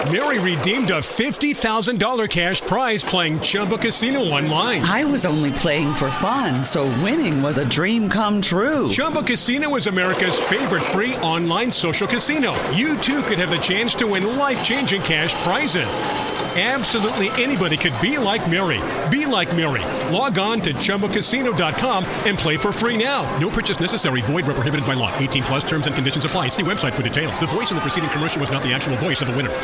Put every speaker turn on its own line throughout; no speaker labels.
Mary redeemed a $50,000 cash prize playing Chumba Casino online.
I was only playing for fun, so winning was a dream come true.
Chumba Casino is America's favorite free online social casino. You too could have the chance to win life-changing cash prizes. Absolutely anybody could be like Mary. Be like Mary. Log on to ChumbaCasino.com and play for free now. No purchase necessary. Void where prohibited by law. 18 plus terms and conditions apply. See website for details. The voice in the preceding commercial was not the actual voice of the winner.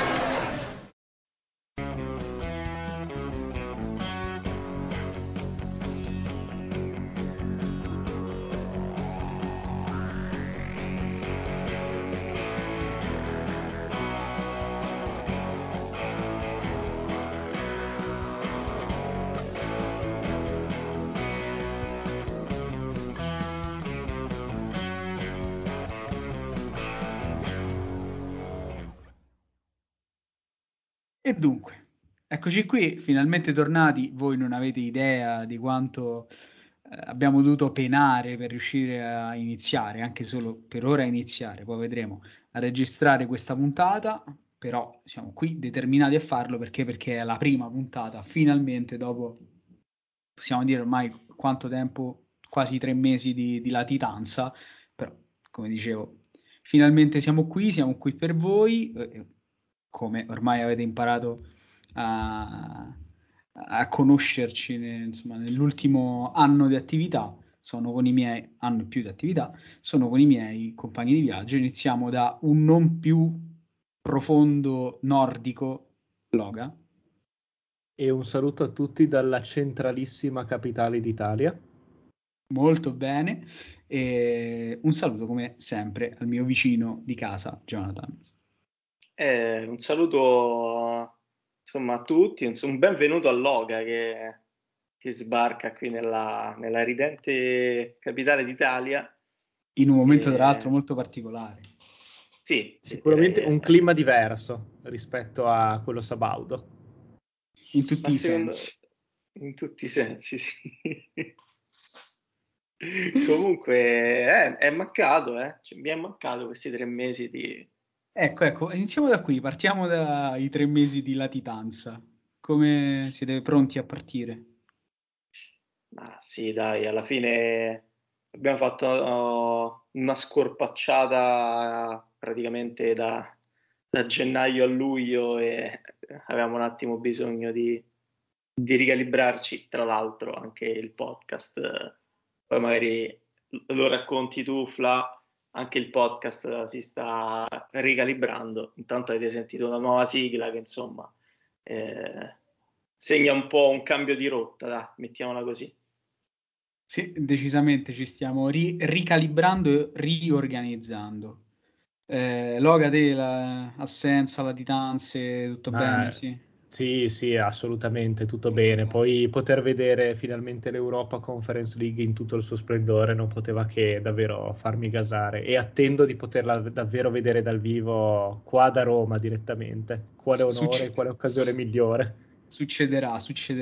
E dunque, eccoci qui, finalmente tornati. Voi non avete idea di quanto abbiamo dovuto penare per riuscire a iniziare, anche solo per ora a iniziare, poi vedremo, a registrare questa puntata, però siamo qui determinati a farlo perché è la prima puntata, finalmente, dopo, possiamo dire ormai quanto tempo, quasi 3 mesi di latitanza, però, come dicevo, finalmente siamo qui per voi, come ormai avete imparato a conoscerci insomma, nell'ultimo anno di attività, sono con i miei, anno e più di attività, sono con i miei compagni di viaggio. Iniziamo da un non più profondo nordico, Loga.
E un saluto a tutti dalla centralissima capitale d'Italia.
Molto bene, e un saluto come sempre al mio vicino di casa, Jonathan.
Un saluto insomma a tutti, un benvenuto a Loga che sbarca qui nella ridente capitale d'Italia.
In un momento tra l'altro molto particolare.
Sì,
sicuramente un clima diverso rispetto a quello sabaudo.
In tutti i sensi.
In tutti i sensi, sì. Comunque è mancato, mi è mancato questi 3 mesi di...
Ecco, iniziamo da qui, partiamo dai 3 mesi di latitanza. Come siete pronti a partire?
Ma sì, dai, alla fine abbiamo fatto una scorpacciata praticamente da gennaio a luglio e avevamo un attimo bisogno di ricalibrarci. Tra l'altro anche il podcast, poi magari lo racconti tu, Fla, anche il podcast si sta ricalibrando. Intanto avete sentito una nuova sigla che insomma segna un po' un cambio di rotta, dai, mettiamola così.
Sì, decisamente ci stiamo ricalibrando e riorganizzando. Loga, te l'assenza, latitanze, tutto bene?
Sì, assolutamente, tutto bene. Poi poter vedere finalmente l'Europa Conference League in tutto il suo splendore non poteva che davvero farmi gasare, e attendo di poterla davvero vedere dal vivo qua da Roma direttamente. Quale onore, quale occasione migliore.
Succederà.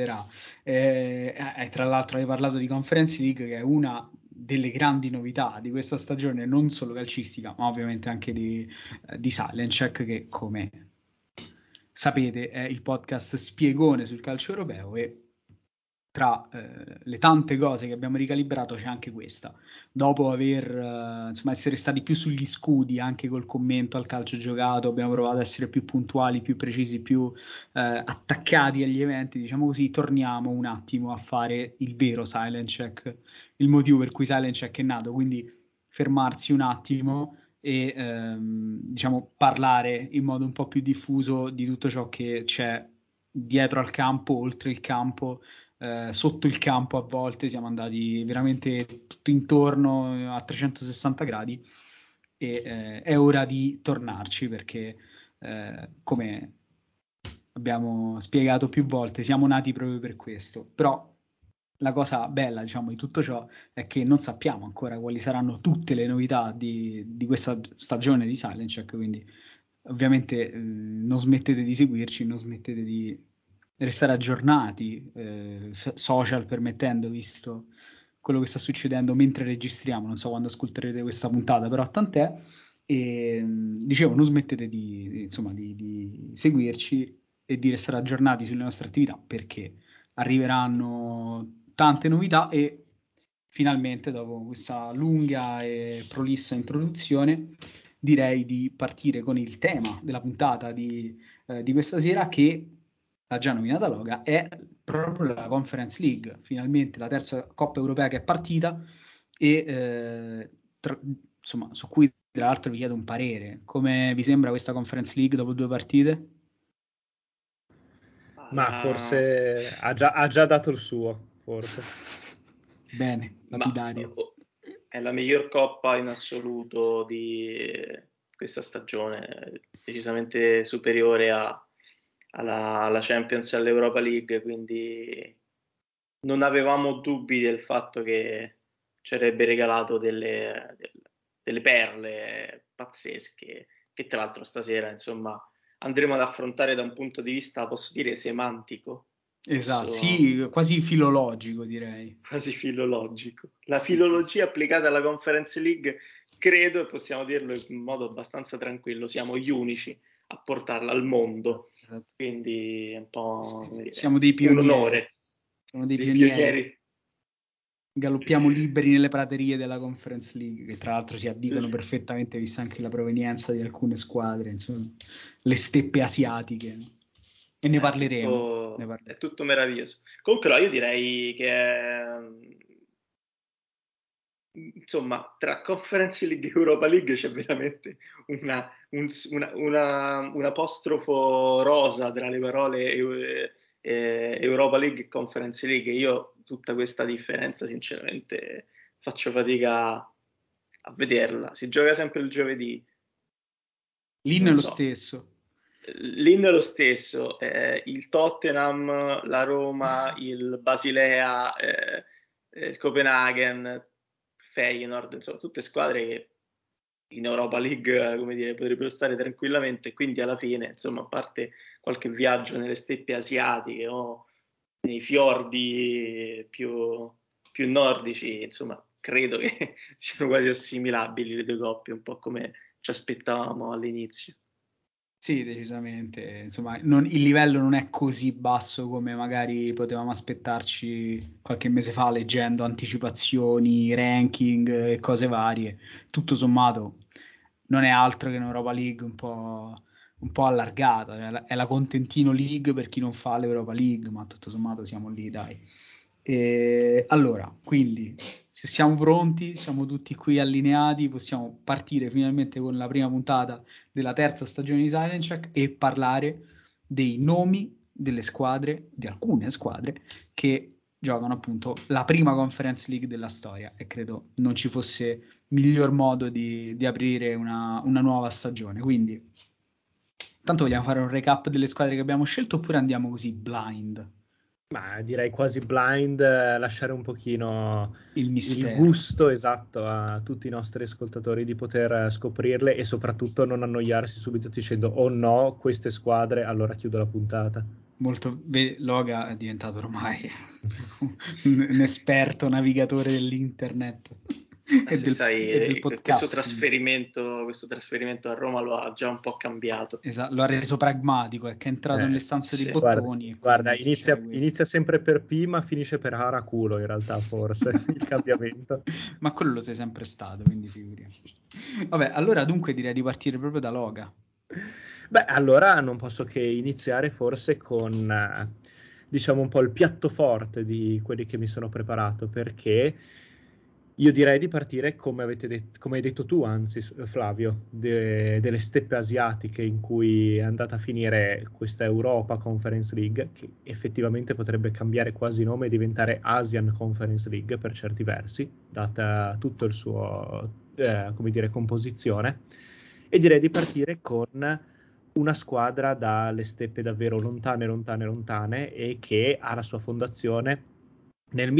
Tra l'altro hai parlato di Conference League, che è una delle grandi novità di questa stagione, non solo calcistica, ma ovviamente anche di Silent Check, che come sapete è il podcast spiegone sul calcio europeo, e tra le tante cose che abbiamo ricalibrato c'è anche questa. Dopo essere stati più sugli scudi anche col commento al calcio giocato, abbiamo provato ad essere più puntuali, più precisi, più attaccati agli eventi, diciamo così. Torniamo un attimo a fare il vero Silent Check, il motivo per cui Silent Check è nato, quindi fermarsi un attimo e parlare in modo un po' più diffuso di tutto ciò che c'è dietro al campo, oltre il campo, sotto il campo. A volte siamo andati veramente tutto intorno a 360 gradi e è ora di tornarci, perché come abbiamo spiegato più volte siamo nati proprio per questo. Però la cosa bella, diciamo, di tutto ciò è che non sappiamo ancora quali saranno tutte le novità di questa stagione di Silent Check, quindi ovviamente non smettete di seguirci, non smettete di restare aggiornati, social permettendo, visto quello che sta succedendo mentre registriamo. Non so quando ascolterete questa puntata, però tant'è. E dicevo, non smettete di seguirci e di restare aggiornati sulle nostre attività, perché arriveranno tante novità e finalmente, dopo questa lunga e prolissa introduzione, direi di partire con il tema della puntata di questa sera, che l'ha già nominata Loga, è proprio la Conference League. Finalmente la terza Coppa Europea che è partita e insomma, su cui tra l'altro vi chiedo un parere. Come vi sembra questa Conference League dopo 2 partite?
Ma forse ha già dato il suo, forse.
Bene, lapidario.
È la miglior coppa in assoluto di questa stagione, decisamente superiore alla Champions e all'Europa League, quindi non avevamo dubbi del fatto che ci avrebbe regalato delle perle pazzesche, che tra l'altro stasera, insomma, andremo ad affrontare da un punto di vista, posso dire, semantico.
Esatto, sì, quasi filologico, direi.
Quasi filologico. La filologia applicata alla Conference League, credo, e possiamo dirlo in modo abbastanza tranquillo, siamo gli unici a portarla al mondo. Esatto. Quindi è un po'
siamo dei pionieri.
Un onore.
Siamo dei pionieri. Galoppiamo liberi nelle praterie della Conference League, che tra l'altro si addicono perfettamente, vista anche la provenienza di alcune squadre, insomma, le steppe asiatiche. E ne parleremo.
È tutto meraviglioso. Comunque io direi che insomma, tra Conference League e Europa League c'è veramente un apostrofo rosa tra le parole Europa League e Conference League. Io tutta questa differenza sinceramente faccio fatica a vederla. Si gioca sempre il giovedì.
L'inno è lo stesso.
L'inno è lo stesso. Il Tottenham, la Roma, il Basilea, il Copenaghen, Feyenoord, insomma tutte squadre che in Europa League, come dire, potrebbero stare tranquillamente, quindi alla fine, insomma, a parte qualche viaggio nelle steppe asiatiche o nei fiordi più nordici, insomma, credo che siano quasi assimilabili le due coppie, un po' come ci aspettavamo all'inizio.
Sì, decisamente. Insomma, il livello non è così basso come magari potevamo aspettarci qualche mese fa, leggendo anticipazioni, ranking e cose varie. Tutto sommato non è altro che un'Europa League un po' allargata. È la Contentino League per chi non fa l'Europa League, ma tutto sommato siamo lì, dai. Allora, quindi, se siamo pronti, siamo tutti qui allineati, possiamo partire finalmente con la prima puntata della terza stagione di Silent Check e parlare dei nomi delle squadre, di alcune squadre che giocano appunto la prima Conference League della storia, e credo non ci fosse miglior modo di aprire una nuova stagione. Quindi, tanto vogliamo fare un recap delle squadre che abbiamo scelto oppure andiamo così blind?
Ma direi quasi blind, lasciare un pochino
il
gusto esatto a tutti i nostri ascoltatori di poter scoprirle e soprattutto non annoiarsi subito dicendo oh no, queste squadre, allora chiudo la puntata.
Loga è diventato ormai un esperto navigatore dell'internet.
Del questo trasferimento a Roma lo ha già un po' cambiato.
Esatto, lo ha reso pragmatico, è che è entrato nelle stanze dei bottoni.
Guarda, inizia sempre per P, ma finisce per Araculo in realtà, forse, il cambiamento.
Ma quello lo sei sempre stato, quindi figuriamoci. Vabbè, allora dunque direi di partire proprio da Loga.
Beh, allora non posso che iniziare forse con, diciamo, un po' il piatto forte di quelli che mi sono preparato, perché io direi di partire, come hai detto tu, anzi, Flavio, delle steppe asiatiche in cui è andata a finire questa Europa Conference League, che effettivamente potrebbe cambiare quasi nome e diventare Asian Conference League per certi versi, data tutto il suo, composizione. E direi di partire con una squadra dalle steppe davvero lontane e che ha la sua fondazione nel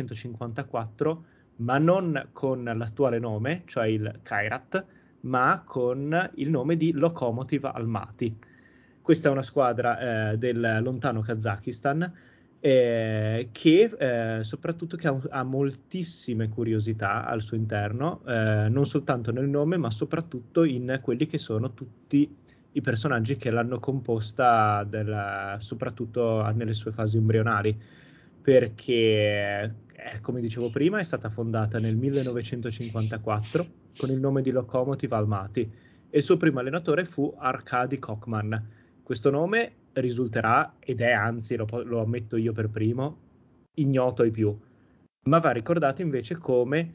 1954, ma non con l'attuale nome, cioè il Kairat, ma con il nome di Lokomotiv Almaty. Questa è una squadra del lontano Kazakistan, soprattutto che ha moltissime curiosità al suo interno, non soltanto nel nome, ma soprattutto in quelli che sono tutti i personaggi che l'hanno composta, soprattutto nelle sue fasi embrionali, perché, come dicevo prima, è stata fondata nel 1954 con il nome di Lokomotiv Almaty e il suo primo allenatore fu Arkady Kokman. Questo nome risulterà, ed è anzi, lo ammetto io per primo, ignoto ai più, ma va ricordato invece come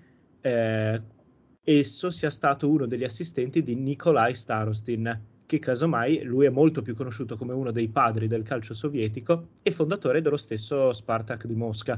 esso sia stato uno degli assistenti di Nikolai Starostin, che casomai lui è molto più conosciuto come uno dei padri del calcio sovietico e fondatore dello stesso Spartak di Mosca.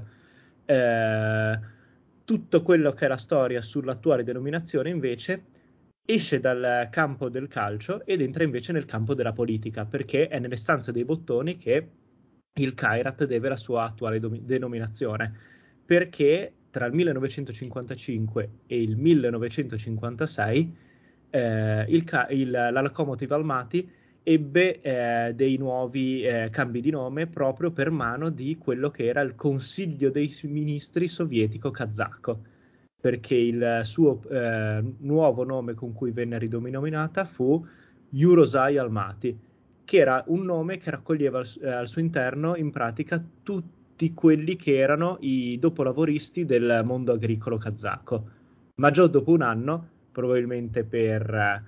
Tutto quello che è la storia sull'attuale denominazione invece esce dal campo del calcio ed entra invece nel campo della politica, perché è nelle stanze dei bottoni che il Kairat deve la sua attuale denominazione, perché tra il 1955 e il 1956 la Lokomotiv Almaty ebbe dei nuovi cambi di nome proprio per mano di quello che era il Consiglio dei Ministri sovietico-kazako, perché il suo nuovo nome con cui venne ridenominata fu Eurosai Almaty, che era un nome che raccoglieva al suo interno in pratica tutti quelli che erano i dopolavoristi del mondo agricolo kazako. Ma già dopo un anno, probabilmente per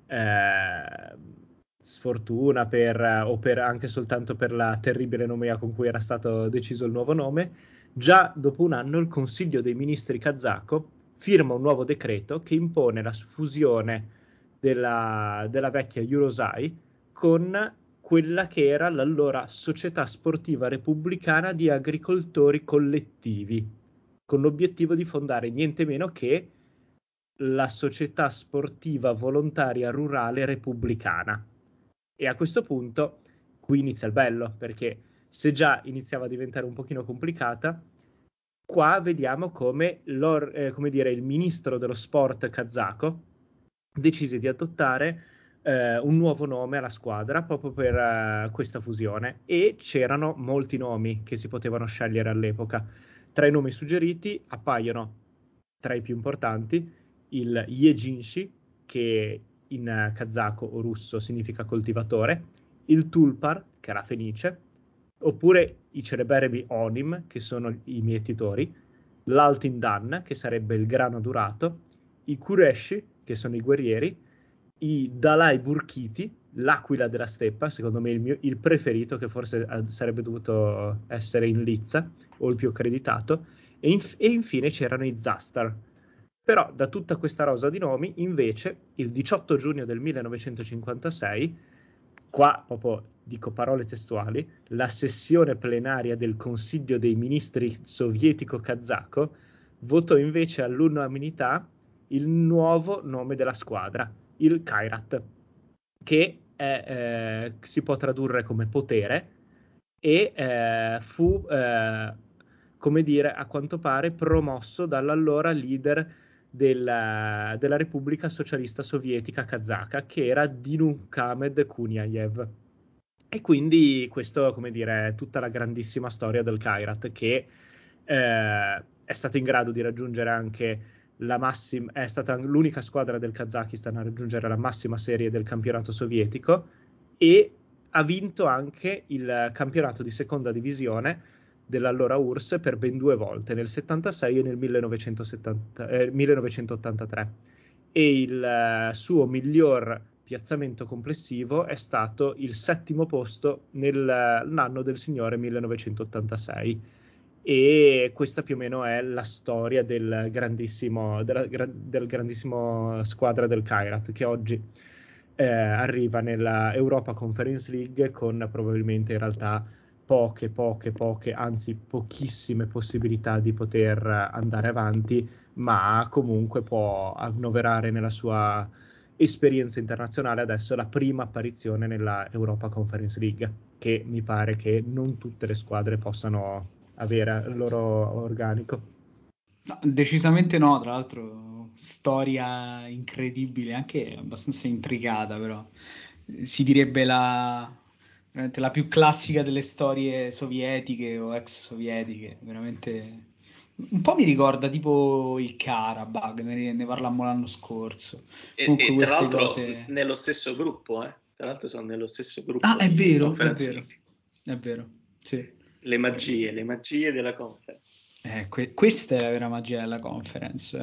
sfortuna o anche soltanto per la terribile nomea con cui era stato deciso il nuovo nome, già dopo un anno il Consiglio dei Ministri kazako firma un nuovo decreto che impone la fusione della vecchia Eurosai con quella che era l'allora Società Sportiva Repubblicana di Agricoltori Collettivi, con l'obiettivo di fondare niente meno che la Società Sportiva Volontaria Rurale Repubblicana. E a questo punto qui inizia il bello, perché se già iniziava a diventare un pochino complicata, qua vediamo come il ministro dello sport kazako decise di adottare un nuovo nome alla squadra proprio per questa fusione, e c'erano molti nomi che si potevano scegliere all'epoca. Tra i nomi suggeriti appaiono, tra i più importanti, il Yejinshi, che in kazako o russo significa coltivatore, il Tulpar, che è la fenice, oppure i celeberrimi Onim, che sono i mietitori, l'Altindan, che sarebbe il grano durato, i Kureshi, che sono i guerrieri, i Dalai Burkiti, l'aquila della steppa, secondo me il preferito, che forse sarebbe dovuto essere in lizza, o il più accreditato, e infine c'erano i Zastar. Però da tutta questa rosa di nomi, invece, il 18 giugno del 1956, qua proprio dico parole testuali, la sessione plenaria del Consiglio dei Ministri sovietico-kazako votò invece all'unanimità il nuovo nome della squadra, il Kairat, che si può tradurre come potere, e fu, come dire, a quanto pare promosso dall'allora leader della Repubblica Socialista Sovietica Kazaka, che era Dinukhamed Kunyayev. E quindi questo, come dire, è tutta la grandissima storia del Kairat, che è stato in grado di raggiungere anche è stata l'unica squadra del Kazakistan a raggiungere la massima serie del campionato sovietico, e ha vinto anche il campionato di seconda divisione dell'allora URSS per ben 2 volte, nel 76 e nel 1983. E il suo miglior piazzamento complessivo è stato il 7° posto nell'anno del Signore 1986. E questa più o meno è la storia del grandissimo squadra del Kairat, che oggi arriva nella Europa Conference League con probabilmente in realtà poche, anzi pochissime possibilità di poter andare avanti, ma comunque può annoverare nella sua esperienza internazionale adesso la prima apparizione nella Europa Conference League, che mi pare che non tutte le squadre possano avere il loro organico.
No, decisamente no, tra l'altro storia incredibile, anche abbastanza intricata, però si direbbe la veramente la più classica delle storie sovietiche o ex sovietiche, veramente un po' mi ricorda tipo il Karabakh, ne parlammo l'anno scorso. Comunque
E tra
queste
l'altro
cose.
nello stesso gruppo, eh. Tra l'altro sono nello stesso
Ah,
gruppo
è
di
vero, è
Conference
vero,
League.
è vero, sì.
Le magie della Conference.
Questa è la vera magia della conference.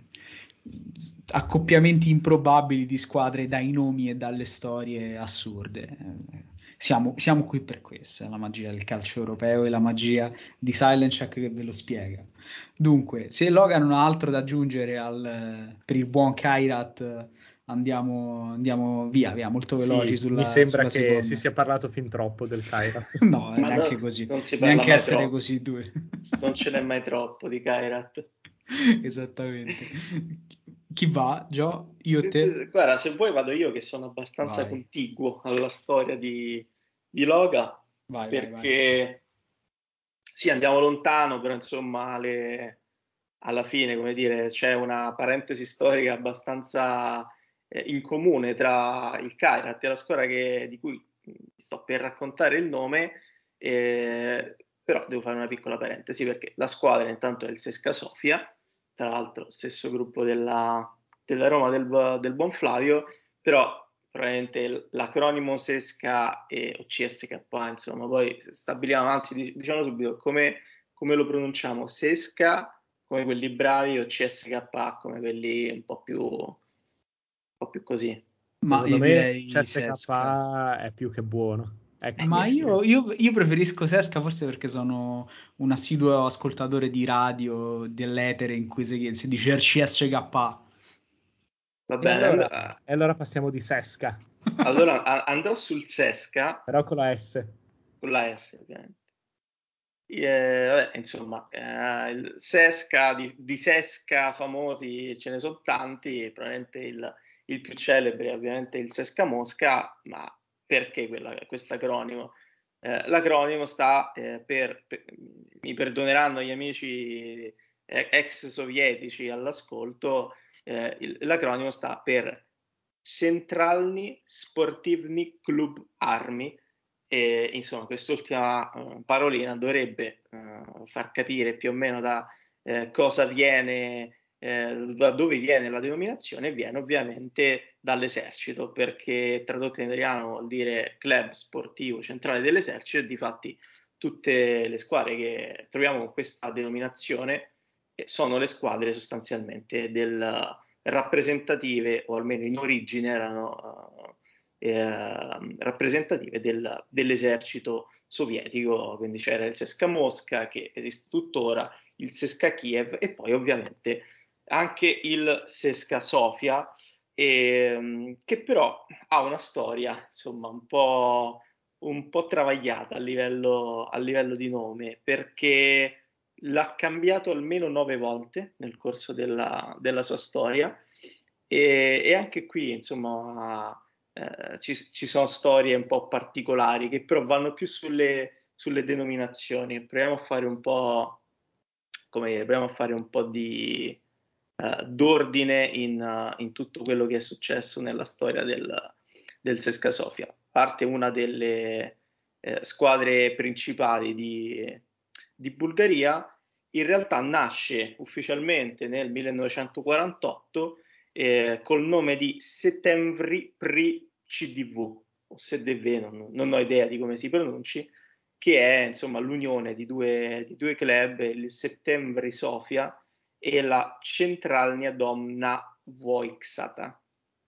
Accoppiamenti improbabili di squadre dai nomi e dalle storie assurde. Siamo qui per questo, è la magia del calcio europeo e la magia di Silent Check che ve lo spiega. Dunque, se Logan non ha altro da aggiungere per il buon Kairat, andiamo via, molto veloci
Sì, mi sembra
sulla
che si
seconda.
sia parlato fin troppo del Cairo.
No,
Ma
neanche così,
non si parla
neanche
mai
essere
troppo.
così duri.
Non ce n'è mai troppo di Kairat.
Esattamente. Chi va? Gio? Io o te?
Guarda, se vuoi vado io che sono abbastanza
Vai,
contiguo alla storia di Loga,
vai.
perché sì, andiamo lontano, però insomma alla fine, come dire, c'è una parentesi storica abbastanza in comune tra il Kairat e la squadra di cui sto per raccontare il nome, però devo fare una piccola parentesi perché la squadra intanto è il CSKA Sofia, tra l'altro stesso gruppo della Roma del buon Flavio, però probabilmente l'acronimo CSKA o CSKA, insomma, poi stabiliamo, anzi diciamo subito come lo pronunciamo, CSKA come quelli bravi o CSKA come quelli un po' più così.
Ma
Secondo
io
me
direi Sesca.
CSK è più che buono. Ecco.
Ma io preferisco Sesca forse perché sono un assiduo ascoltatore di radio dell'etere in cui si dice CSKA.
Va
E
bene,
allora, e allora passiamo di Sesca,
allora andrò sul Sesca
però con la S.
con la S ovviamente. Vabbè, insomma, il Sesca, di Sesca famosi ce ne sono tanti, probabilmente il più celebre è ovviamente il Sesca Mosca, ma perché questo acronimo? L'acronimo sta mi perdoneranno gli amici ex sovietici all'ascolto, l'acronimo sta per Centralny Sportivny Klub Army, e insomma quest'ultima parolina dovrebbe far capire più o meno cosa viene, da dove viene la denominazione. Viene ovviamente dall'esercito, perché tradotto in italiano vuol dire club sportivo centrale dell'esercito, e difatti tutte le squadre che troviamo con questa denominazione sono le squadre sostanzialmente rappresentative, o almeno in origine erano rappresentative dell'esercito sovietico. Quindi c'era il CSKA Mosca, che esiste tuttora, il CSKA Kiev e poi ovviamente anche il CSKA Sofia, che però ha una storia insomma un po' travagliata a livello di nome, perché l'ha cambiato almeno 9 volte nel corso della sua storia, e anche qui insomma ci sono storie un po' particolari che però vanno più sulle denominazioni. Proviamo a fare un po', proviamo a fare un po' d'ordine in tutto quello che è successo nella storia del CSKA Sofia. Parte una delle squadre principali di Bulgaria. In realtà nasce ufficialmente nel 1948 col nome di Settemvri Pri CDV o SDV, non ho idea di come si pronunci, che è insomma l'unione di due club, il Settemvri Sofia e la Centralnia Domna Voiksata.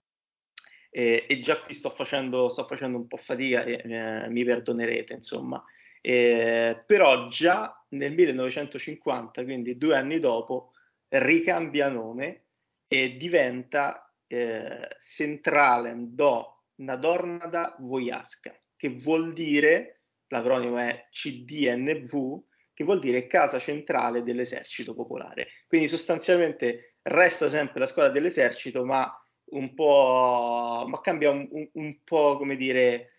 E già qui sto facendo un po' fatica e mi perdonerete, insomma. Però già nel 1950, quindi 2 anni dopo, ricambia nome e diventa Centralen do Nadornada Vojaska, che vuol dire, l'acronimo è CDNV, che vuol dire Casa Centrale dell'Esercito Popolare. Quindi sostanzialmente resta sempre la squadra dell'esercito, ma cambia un po', come dire,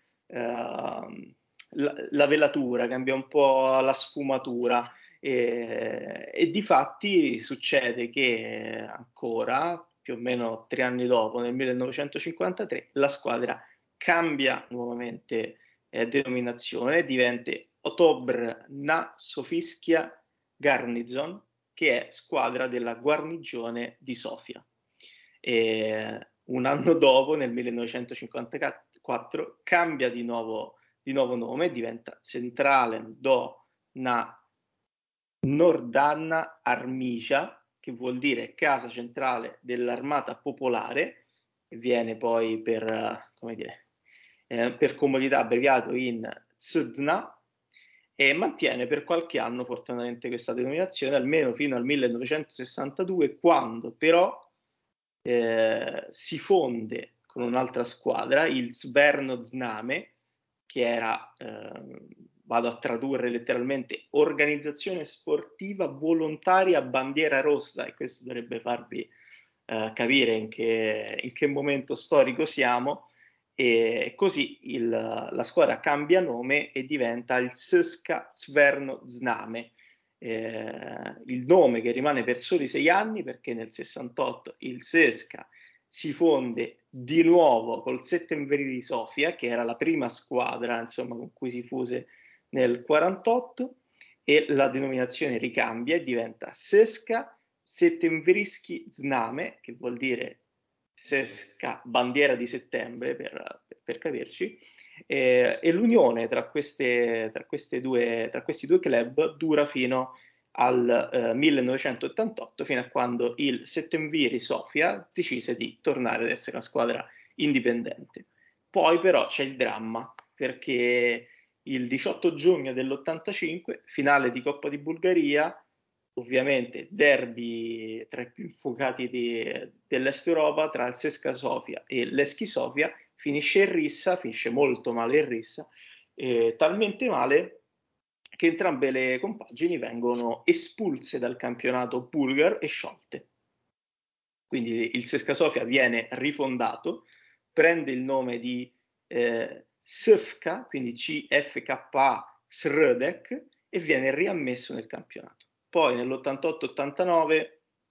la velatura, cambia un po' la sfumatura, e difatti succede che ancora, più o meno 3 anni dopo, nel 1953, la squadra cambia nuovamente denominazione, diventa Otobr na Sofiskia Garnizon, che è squadra della guarnigione di Sofia. Un anno dopo, nel 1954, cambia di nuovo nome, diventa Centralen do na Nordanna Armija, che vuol dire casa centrale dell'armata popolare, viene poi per comodità abbreviato in CDNA, e mantiene per qualche anno fortunatamente questa denominazione, almeno fino al 1962, quando però si fonde con un'altra squadra, il Zverno Zname, che era, vado a tradurre letteralmente, organizzazione sportiva volontaria a bandiera rossa, e questo dovrebbe farvi capire in che momento storico siamo. E così la squadra cambia nome e diventa il CSKA Zverno Zname, il nome che rimane per soli 6 anni, perché nel 68 il CSKA si fonde di nuovo col Settemveri di Sofia, che era la prima squadra, insomma, con cui si fuse nel 48, e la denominazione ricambia e diventa CSKA Settemverisky Zname, che vuol dire CSKA bandiera di settembre, per capirci, e l'unione tra questi due club dura fino al 1988, fino a quando il Settemviri Sofia decise di tornare ad essere una squadra indipendente. Poi però c'è il dramma, perché il 18 giugno dell'85, finale di Coppa di Bulgaria, ovviamente derby tra i più infuocati dell'Est Europa, tra il CSKA Sofia e l'Eski Sofia, finisce molto male in rissa, talmente male che entrambe le compagini vengono espulse dal campionato bulgaro e sciolte. Quindi il CSKA Sofia viene rifondato, prende il nome di SFK, quindi CFKA Srdek, e viene riammesso nel campionato. Poi nell'88-89,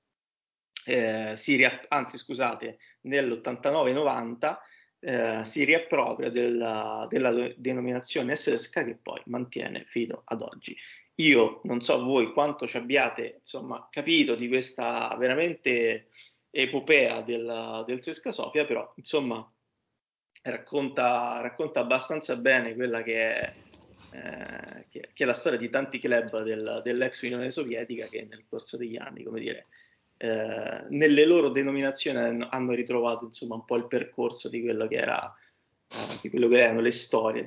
nell'89-90 si riappropria della denominazione SSK, che poi mantiene fino ad oggi. Io non so voi quanto ci abbiate, insomma, capito di questa veramente epopea del CSKA Sofia, però insomma racconta abbastanza bene quella che è la storia di tanti club dell'ex Unione Sovietica, che nel corso degli anni, come dire, nelle loro denominazioni hanno ritrovato, insomma, un po' il percorso di quello che erano le storie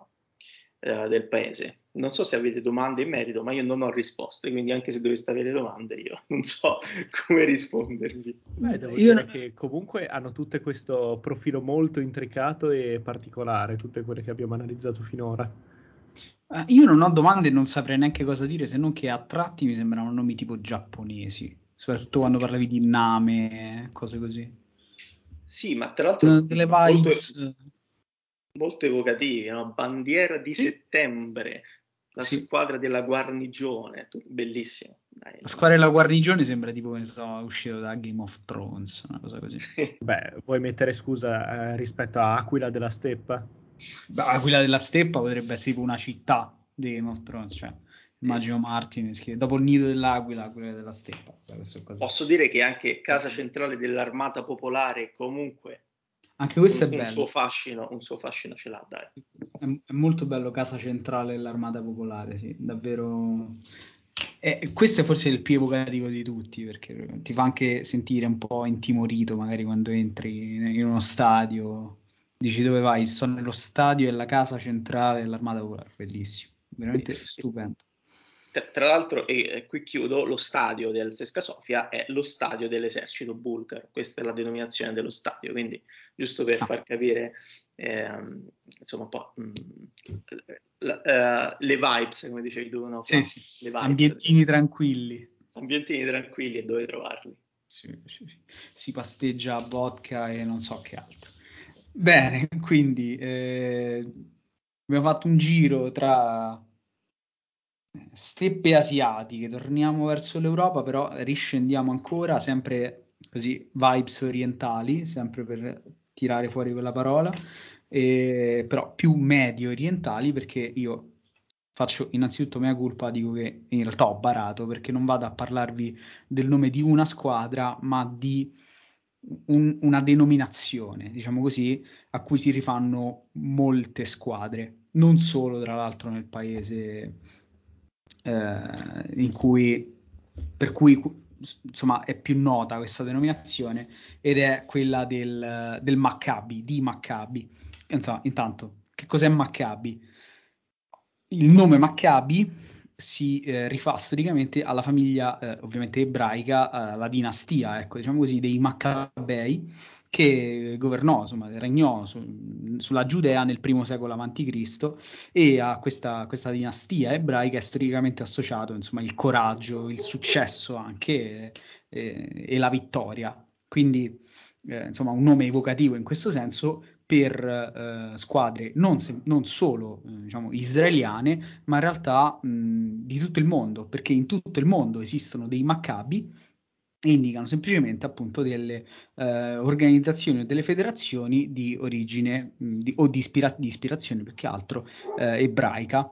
del paese. Non so se avete domande in merito, ma io non ho risposte, quindi anche se doveste avere domande io non so come rispondervi.
Devo dire che comunque hanno tutte questo profilo molto intricato e particolare, tutte quelle che abbiamo analizzato finora.
Io non ho domande e non saprei neanche cosa dire, se non che a tratti mi sembrano nomi tipo giapponesi, soprattutto quando parlavi di Name, cose così.
Sì, ma tra l'altro
delle vibes
molto evocativi, no? Bandiera di settembre, la squadra della guarnigione, bellissimo. Dai,
la squadra della guarnigione sembra tipo, ne so, uscito da Game of Thrones, una cosa così.
Beh, vuoi mettere scusa rispetto a Aquila della Steppa?
Aquila della Steppa potrebbe essere tipo una città di Game of Thrones, cioè immagino Martin, dopo il nido dell'Aquila, Aquila della Steppa.
Posso dire che anche casa centrale dell'Armata Popolare, comunque,
anche questo è bello.
Un suo fascino ce l'ha, dai.
È molto bello casa centrale dell'Armata Popolare, sì, davvero. Questo è forse il più evocativo di tutti, perché ti fa anche sentire un po' intimorito magari quando entri in uno stadio. Dici dove vai? Sto nello stadio e la casa centrale dell'Armata Popolare, bellissimo, veramente stupendo.
Tra l'altro, e qui chiudo, lo stadio del CSKA Sofia è lo stadio dell'esercito bulgaro, questa è la denominazione dello stadio, quindi giusto per far capire insomma un po' le vibes, come dicevi tu, no?
Sì. Le vibes, ambientini tranquilli
e dove trovarli.
Si pasteggia a vodka e non so che altro. Bene, quindi abbiamo fatto un giro tra steppe asiatiche, torniamo verso l'Europa, però riscendiamo ancora, sempre così vibes orientali, sempre per tirare fuori quella parola, però più medio orientali, perché io faccio innanzitutto mea culpa, dico che in realtà ho barato, perché non vado a parlarvi del nome di una squadra, ma di una denominazione, diciamo così, a cui si rifanno molte squadre, non solo tra l'altro nel paese per cui insomma è più nota questa denominazione, ed è quella del Maccabi, di Maccabi. Insomma, intanto, che cos'è Maccabi? Il nome Maccabi si rifà storicamente alla famiglia ovviamente ebraica, alla dinastia, ecco, diciamo così, dei Maccabei, che governò, insomma, regnò sulla Giudea nel primo secolo a.C. e a questa dinastia ebraica è storicamente associato, insomma, il coraggio, il successo anche e la vittoria. Quindi, insomma, un nome evocativo in questo senso per squadre non solo diciamo, israeliane, ma in realtà di tutto il mondo, perché in tutto il mondo esistono dei Maccabi e indicano semplicemente appunto delle organizzazioni o delle federazioni di origine o di ispirazione più che altro ebraica.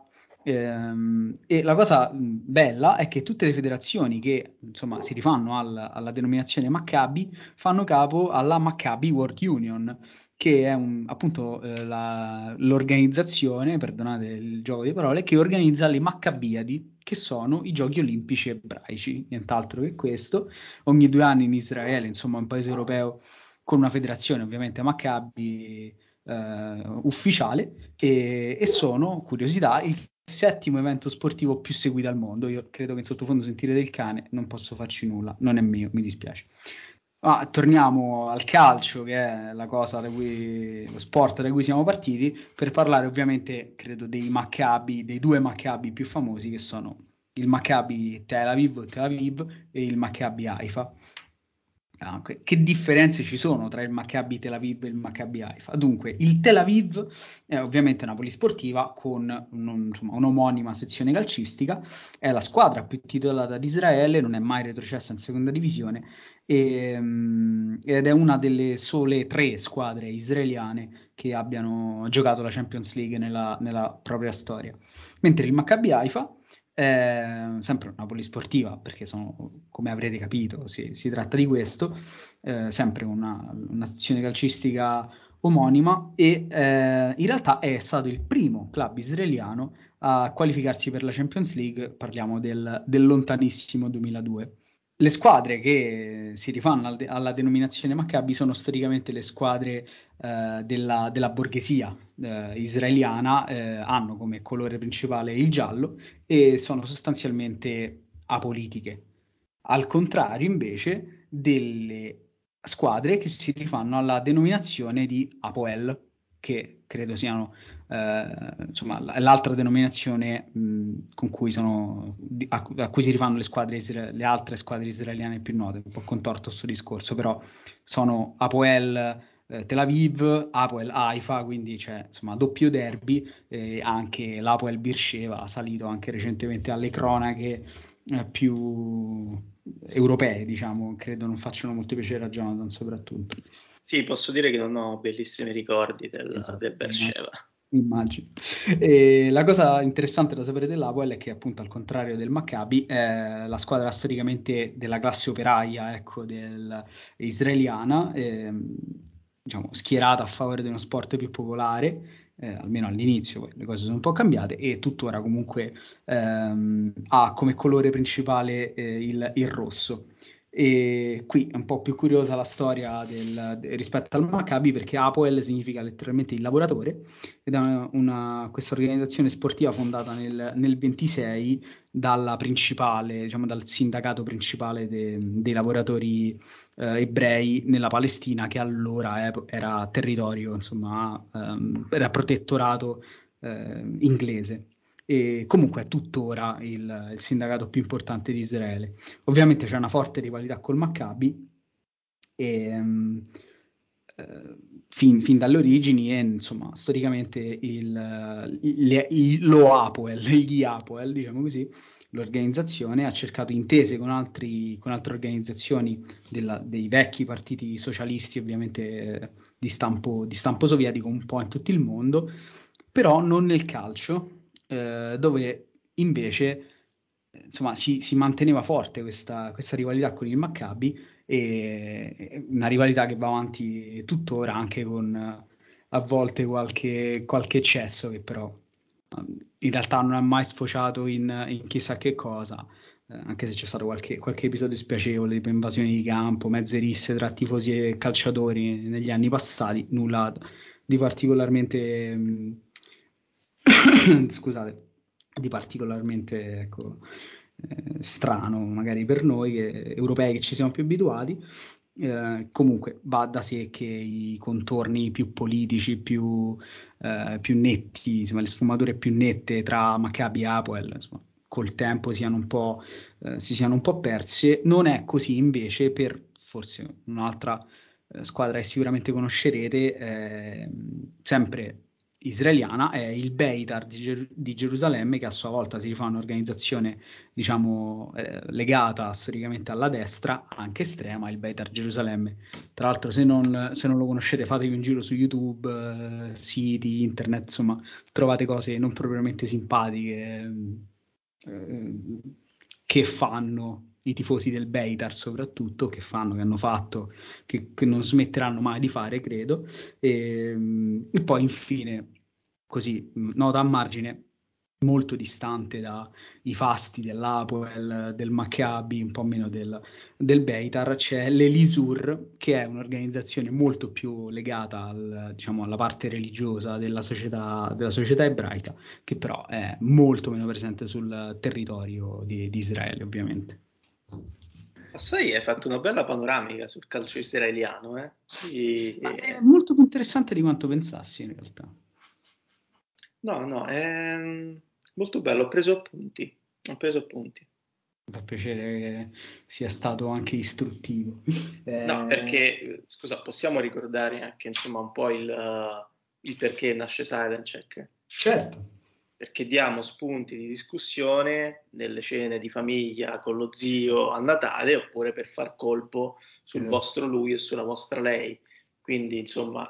E la cosa bella è che tutte le federazioni che insomma si rifanno alla denominazione Maccabi fanno capo alla Maccabi World Union, che è appunto l'organizzazione, perdonate il gioco di parole, che organizza le Maccabiadi, che sono i giochi olimpici ebraici, nient'altro che questo. Ogni 2 anni in Israele, insomma un paese europeo con una federazione ovviamente Maccabi ufficiale, e sono, curiosità, il 7° evento sportivo più seguito al mondo. Io credo che in sottofondo sentire del cane, non posso farci nulla, non è mio, mi dispiace. Torniamo al calcio, che è lo sport da cui siamo partiti, per parlare ovviamente, credo, dei Maccabi, dei 2 Maccabi più famosi, che sono il Maccabi Tel Aviv e il Maccabi Haifa. Che differenze ci sono tra il Maccabi Tel Aviv e il Maccabi Haifa? Dunque, il Tel Aviv è ovviamente una polisportiva con un'omonima sezione calcistica, è la squadra più titolata di Israele, non è mai retrocessa in seconda divisione, ed è una delle sole 3 squadre israeliane che abbiano giocato la Champions League nella propria storia. Mentre il Maccabi Haifa è sempre una polisportiva, perché come avrete capito, si tratta di questo, sempre una sezione calcistica omonima, e in realtà è stato il primo club israeliano a qualificarsi per la Champions League, parliamo del lontanissimo 2002. Le squadre che si rifanno alla denominazione Maccabi sono storicamente le squadre della borghesia israeliana, hanno come colore principale il giallo e sono sostanzialmente apolitiche. Al contrario, invece, delle squadre che si rifanno alla denominazione di Hapoel, che credo siano insomma l'altra denominazione con cui a cui si rifanno le altre squadre israeliane più note. Un po' contorto questo discorso, però sono Hapoel Tel Aviv, Hapoel Haifa, quindi c'è insomma doppio derby, anche l'Hapoel Beersheva ha salito anche recentemente alle cronache più europee, diciamo. Credo non facciano molto piacere a Jonathan soprattutto.
Sì, posso dire che non ho bellissimi ricordi del Beersheva.
Immagino. E la cosa interessante da sapere dell'Hapoel è che, appunto, al contrario del Maccabi, è la squadra storicamente della classe operaia, ecco, israeliana, diciamo, schierata a favore di uno sport più popolare, almeno all'inizio. Poi le cose sono un po' cambiate, e tuttora comunque ha come colore principale il rosso. E qui è un po' più curiosa la storia rispetto al Maccabi, perché Hapoel significa letteralmente il lavoratore, ed è questa organizzazione sportiva fondata nel 26 dalla principale, diciamo, dal sindacato principale dei lavoratori ebrei nella Palestina, che allora era territorio, insomma, era protettorato inglese. E comunque è tuttora il sindacato più importante di Israele. Ovviamente c'è una forte rivalità col Maccabi fin dalle origini, e insomma storicamente gli Hapoel, diciamo così, l'organizzazione ha cercato intese con altre organizzazioni dei vecchi partiti socialisti, ovviamente di stampo sovietico, un po' in tutto il mondo, però non nel calcio, dove invece insomma si manteneva forte questa rivalità con il Maccabi, e una rivalità che va avanti tuttora, anche con a volte qualche eccesso che però in realtà non è mai sfociato in chissà che cosa, anche se c'è stato qualche episodio spiacevole, tipo invasioni di campo, mezze risse tra tifosi e calciatori negli anni passati, nulla di particolarmente scusate, di particolarmente, ecco, strano magari per noi europei, che ci siamo più abituati. Comunque va da sé che i contorni più politici, più netti, insomma, le sfumature più nette tra Maccabi e Hapoel, insomma, col tempo si siano un po' perse. Non è così invece per forse un'altra squadra che sicuramente conoscerete, sempre israeliana, è il Beitar di Gerusalemme, che a sua volta si rifà un'organizzazione, diciamo, legata storicamente alla destra, anche estrema, il Beitar Gerusalemme. Tra l'altro, se non lo conoscete, fatevi un giro su YouTube, siti, internet, insomma, trovate cose non propriamente simpatiche che fanno i tifosi del Beitar, soprattutto, che hanno fatto, che non smetteranno mai di fare, credo. E poi infine, così, nota a margine, molto distante dai fasti dell'Apoel, del Maccabi, un po' meno del Beitar, c'è l'Elisur, che è un'organizzazione molto più legata diciamo, alla parte religiosa della società ebraica, che però è molto meno presente sul territorio di Israele, ovviamente.
Sai, hai fatto una bella panoramica sul calcio israeliano, eh?
È molto più interessante di quanto pensassi, in realtà.
No, è molto bello, ho preso appunti.
Mi fa piacere che sia stato anche istruttivo.
No, perché, scusa, possiamo ricordare anche, insomma, un po' il perché nasce Sidecheck?
Certo.
Perché diamo spunti di discussione nelle cene di famiglia con lo zio a Natale, oppure per far colpo sul vostro lui e sulla vostra lei. Quindi, insomma,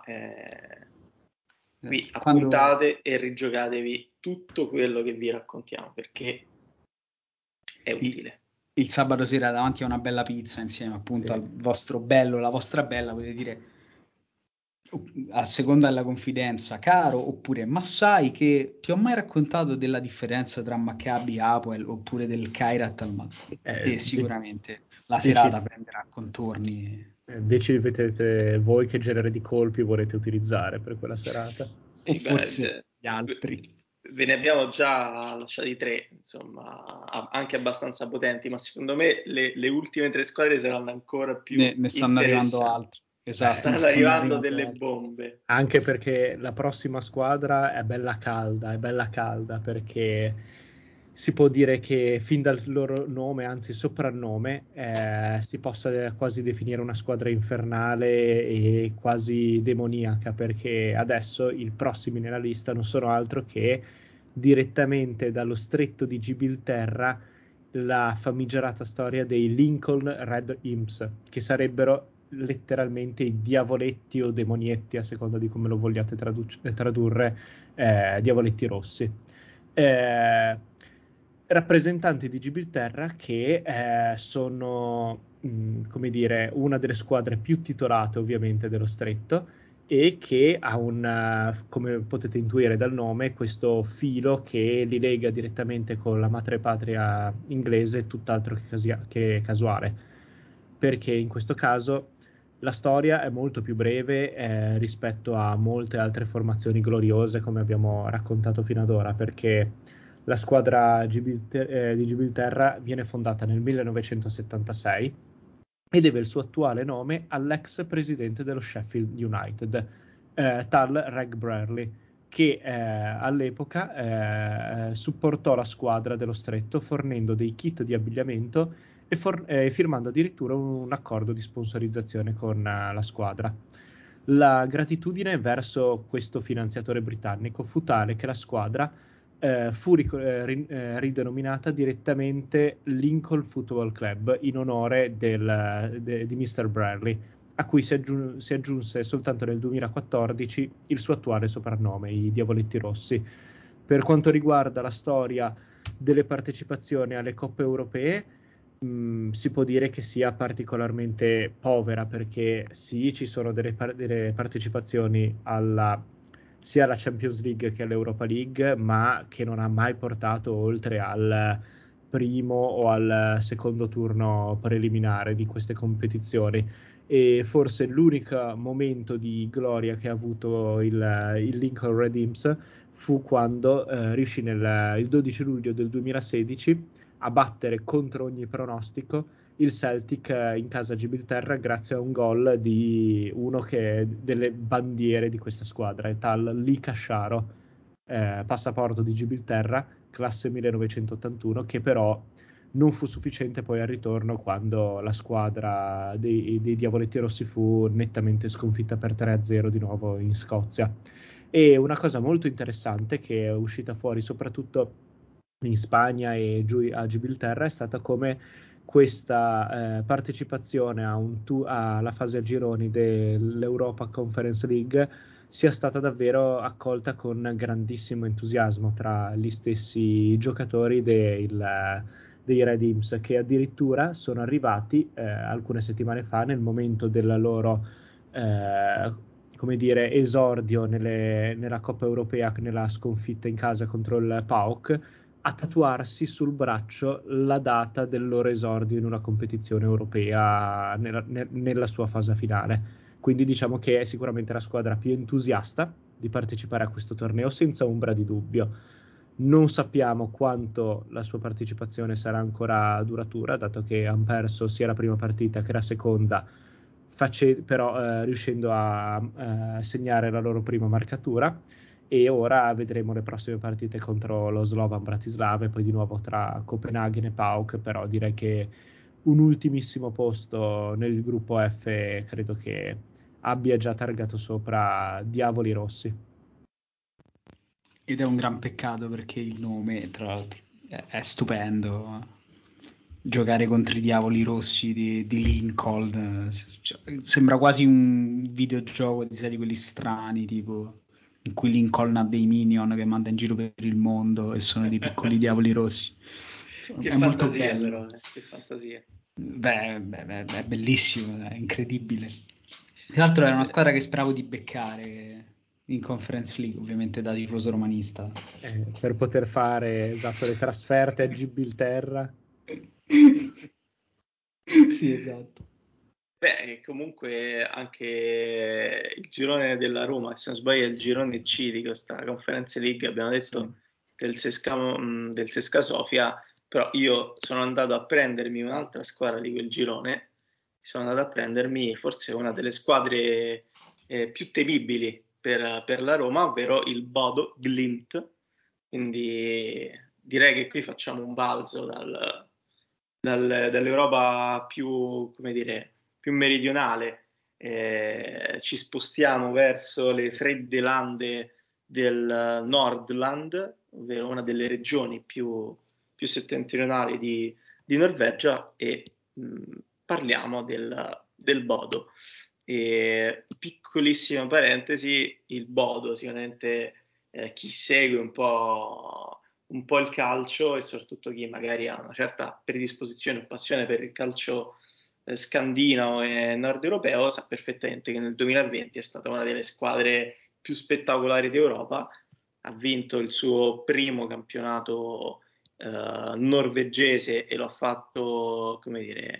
qui appuntate e rigiocatevi tutto quello che vi raccontiamo, perché è utile.
Il sabato sera davanti a una bella pizza, insieme appunto al vostro bello, la vostra bella, potete dire, a seconda della confidenza, caro, oppure ma sai che ti ho mai raccontato della differenza tra Maccabi e Hapoel, oppure del Kairat al Maccabi? E sicuramente la serata prenderà contorni.
Decidete voi che genere di colpi volete utilizzare per quella serata.
O forse gli altri.
Ve ne abbiamo già lasciati 3, insomma, anche abbastanza potenti, ma secondo me le ultime 3 squadre saranno ancora più
ne stanno arrivando altre. Esatto,
stanno arrivando delle bombe.
Anche perché la prossima squadra è bella calda, perché si può dire che fin dal loro nome, anzi soprannome, si possa quasi definire una squadra infernale e quasi demoniaca, perché adesso i prossimi nella lista non sono altro che direttamente dallo stretto di Gibilterra la famigerata storia dei Lincoln Red Imps, che sarebbero letteralmente i diavoletti o demonietti, a seconda di come lo vogliate tradurre, diavoletti rossi, rappresentanti di Gibilterra, che sono come dire una delle squadre più titolate ovviamente dello stretto, e che ha come potete intuire dal nome, questo filo che li lega direttamente con la madrepatria inglese, tutt'altro che casuale, perché in questo caso la storia è molto più breve rispetto a molte altre formazioni gloriose come abbiamo raccontato fino ad ora, perché la squadra di Gibilterra viene fondata nel 1976 e deve il suo attuale nome all'ex presidente dello Sheffield United, tal Reg Brearley, che all'epoca supportò la squadra dello stretto fornendo dei kit di abbigliamento e firmando addirittura un accordo di sponsorizzazione con la squadra. La gratitudine verso questo finanziatore britannico fu tale che la squadra fu ridenominata direttamente Lincoln Football Club in onore di Mr. Bradley, a cui si aggiunse soltanto nel 2014 il suo attuale soprannome, i Diavoletti Rossi. Per quanto riguarda la storia delle partecipazioni alle coppe europee, si può dire che sia particolarmente povera, perché sì, ci sono delle partecipazioni sia alla Champions League che all'Europa League, ma che non ha mai portato oltre al primo o al secondo turno preliminare di queste competizioni. E forse l'unico momento di gloria che ha avuto il Lincoln Red Imps fu quando riuscì il 12 luglio del 2016 a battere contro ogni pronostico il Celtic in casa a Gibilterra grazie a un gol di uno che è delle bandiere di questa squadra, è tal Lee Casciaro, passaporto di Gibilterra, classe 1981, che però non fu sufficiente poi al ritorno, quando la squadra dei Diavoletti Rossi fu nettamente sconfitta per 3-0 di nuovo in Scozia. E una cosa molto interessante che è uscita fuori soprattutto in Spagna e giù a Gibilterra è stata come questa partecipazione alla fase a gironi dell'Europa Conference League sia stata davvero accolta con grandissimo entusiasmo tra gli stessi giocatori dei Red Imps, che addirittura sono arrivati alcune settimane fa, nel momento della loro come dire, esordio nella Coppa Europea, nella sconfitta in casa contro il PAOK, a tatuarsi sul braccio la data del loro esordio in una competizione europea nella sua fase finale. Quindi diciamo che è sicuramente la squadra più entusiasta di partecipare a questo torneo, senza ombra di dubbio. Non sappiamo quanto la sua partecipazione sarà ancora duratura, dato che hanno perso sia la prima partita che la seconda, però riuscendo a segnare la loro prima marcatura. E ora vedremo le prossime partite contro lo Slovan Bratislava e poi di nuovo tra Copenaghen e PAOK, però direi che un ultimissimo posto nel gruppo F credo che abbia già targato sopra Diavoli Rossi.
Ed è un gran peccato, perché il nome, tra l'altro, è stupendo. Giocare contro i Diavoli Rossi di Lincoln, sembra quasi un videogioco di serie quelli strani, tipo in cui Lincoln ha dei minion che manda in giro per il mondo e sono dei piccoli Diavoli Rossi.
Che
è molto bello.
Però, che fantasia.
È bellissimo, è incredibile. Tra l'altro era una squadra che speravo di beccare in Conference League, ovviamente da tifoso romanista.
Per poter fare, esatto, le trasferte a Gibilterra.
Sì, esatto.
Beh, comunque anche il girone della Roma, se non sbaglio è il girone C di questa Conference League, abbiamo detto, del Sesca Sofia, però io sono andato a prendermi un'altra squadra di quel girone, sono andato a prendermi forse una delle squadre più temibili per la Roma, ovvero il Bodo Glimt. Quindi direi che qui facciamo un balzo dall'Europa più, come dire, più meridionale, ci spostiamo verso le fredde lande del Nordland, ovvero una delle regioni più settentrionali di Norvegia, e parliamo del Bodo. Piccolissima parentesi, il Bodo sicuramente chi segue un po' il calcio, e soprattutto chi magari ha una certa predisposizione o passione per il calcio scandinavo e nord europeo, sa perfettamente che nel 2020 è stata una delle squadre più spettacolari d'Europa. Ha vinto il suo primo campionato norvegese, e lo ha fatto, come dire,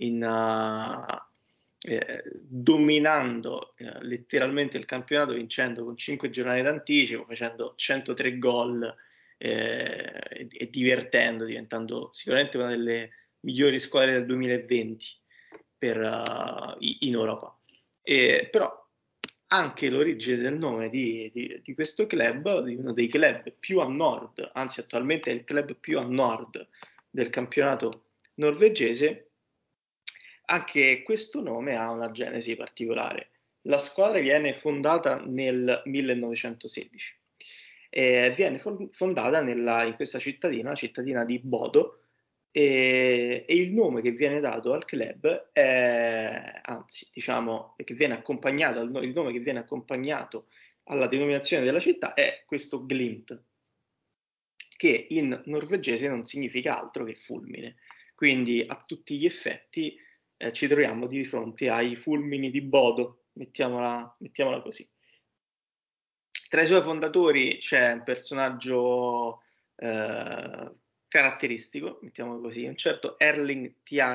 dominando letteralmente il campionato, vincendo con 5 giornate d'anticipo, facendo 103 gol e diventando sicuramente una delle migliori squadre del 2020 in Europa. Però anche l'origine del nome di questo club, di uno dei club più a nord, anzi attualmente è il club più a nord del campionato norvegese, anche questo nome ha una genesi particolare. La squadra viene fondata nel 1916 viene fondata in questa cittadina, la cittadina di Bodo, e il nome che viene dato al club che viene accompagnato, il nome che viene accompagnato alla denominazione della città è questo Glimt, che in norvegese non significa altro che fulmine. Quindi a tutti gli effetti ci troviamo di fronte ai fulmini di Bodo, mettiamola così. Tra i suoi fondatori c'è un personaggio caratteristico, mettiamolo così, un certo Erling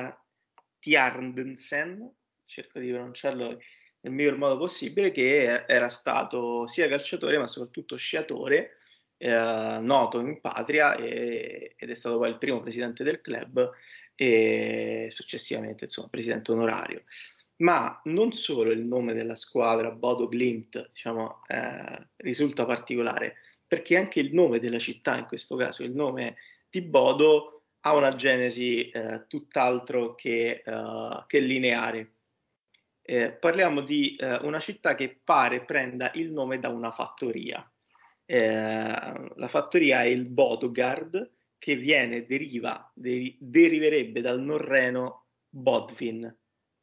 Tjardensen, cerco di pronunciarlo nel miglior modo possibile, che era stato sia calciatore ma soprattutto sciatore, noto in patria, ed è stato poi il primo presidente del club e successivamente presidente onorario. Ma non solo il nome della squadra, Bodo Glimt, risulta particolare, perché anche il nome della città, in questo caso il nome di Bodo, ha una genesi tutt'altro che lineare. Parliamo di una città che pare prenda il nome da una fattoria. La fattoria è il Bodogard, che deriverebbe dal norreno Bodvin.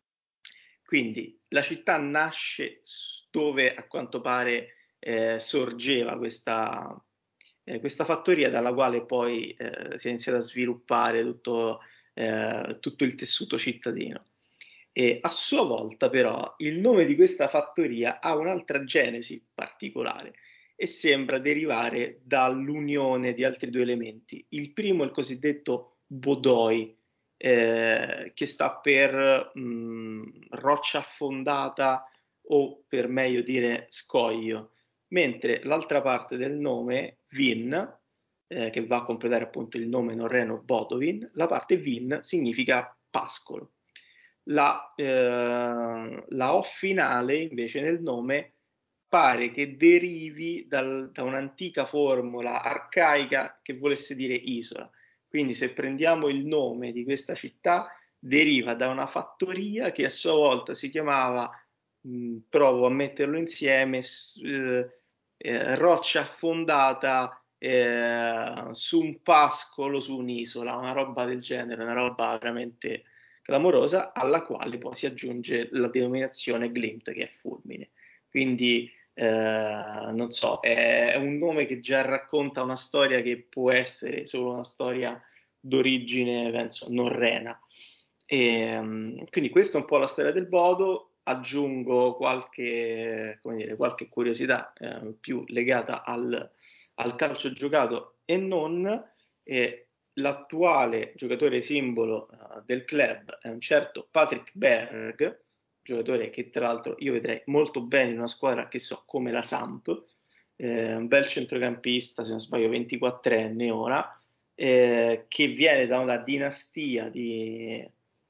Quindi la città nasce dove a quanto pare sorgeva questa fattoria, dalla quale poi si è iniziato a sviluppare tutto il tessuto cittadino. E a sua volta però il nome di questa fattoria ha un'altra genesi particolare e sembra derivare dall'unione di altri due elementi. Il primo è il cosiddetto bodoi, che sta per roccia affondata, o per meglio dire scoglio, mentre l'altra parte del nome, Vin, che va a completare appunto il nome norreno Bodovin, la parte Vin significa pascolo. La O finale invece nel nome pare che derivi da un'antica formula arcaica che volesse dire isola. Quindi se prendiamo il nome di questa città, deriva da una fattoria che a sua volta si chiamava, provo a metterlo insieme, roccia affondata su un pascolo, su un'isola, una roba del genere, una roba veramente clamorosa, alla quale poi si aggiunge la denominazione Glimt, che è fulmine. Quindi non so, è un nome che già racconta una storia che può essere solo una storia d'origine, penso, norrena. Quindi questa è un po' la storia del Bodo. Aggiungo qualche curiosità più legata al calcio giocato e non. L'attuale giocatore simbolo del club è un certo Patrick Berg, giocatore che tra l'altro io vedrei molto bene in una squadra che so come la Samp, un bel centrocampista, se non sbaglio 24enne ora, che viene da una dinastia di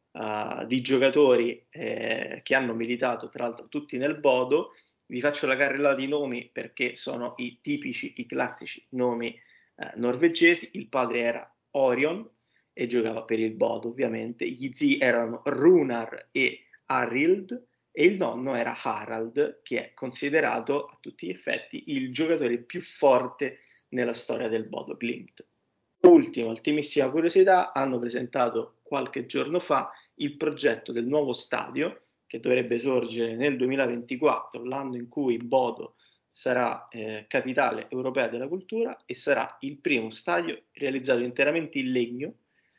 giocatori che hanno militato tra l'altro tutti nel Bodo. Vi faccio la carrellata di nomi perché sono i classici nomi norvegesi. Il padre era Orion e giocava per il Bodo, ovviamente. Gli zii erano Runar e Arild e il nonno era Harald, che è considerato a tutti gli effetti il giocatore più forte nella storia del Bodo Glimt. Ultimissima curiosità, hanno presentato qualche giorno fa il progetto del nuovo stadio che dovrebbe sorgere nel 2024, l'anno in cui Bodo sarà capitale europea della cultura e sarà il primo stadio realizzato interamente in legno,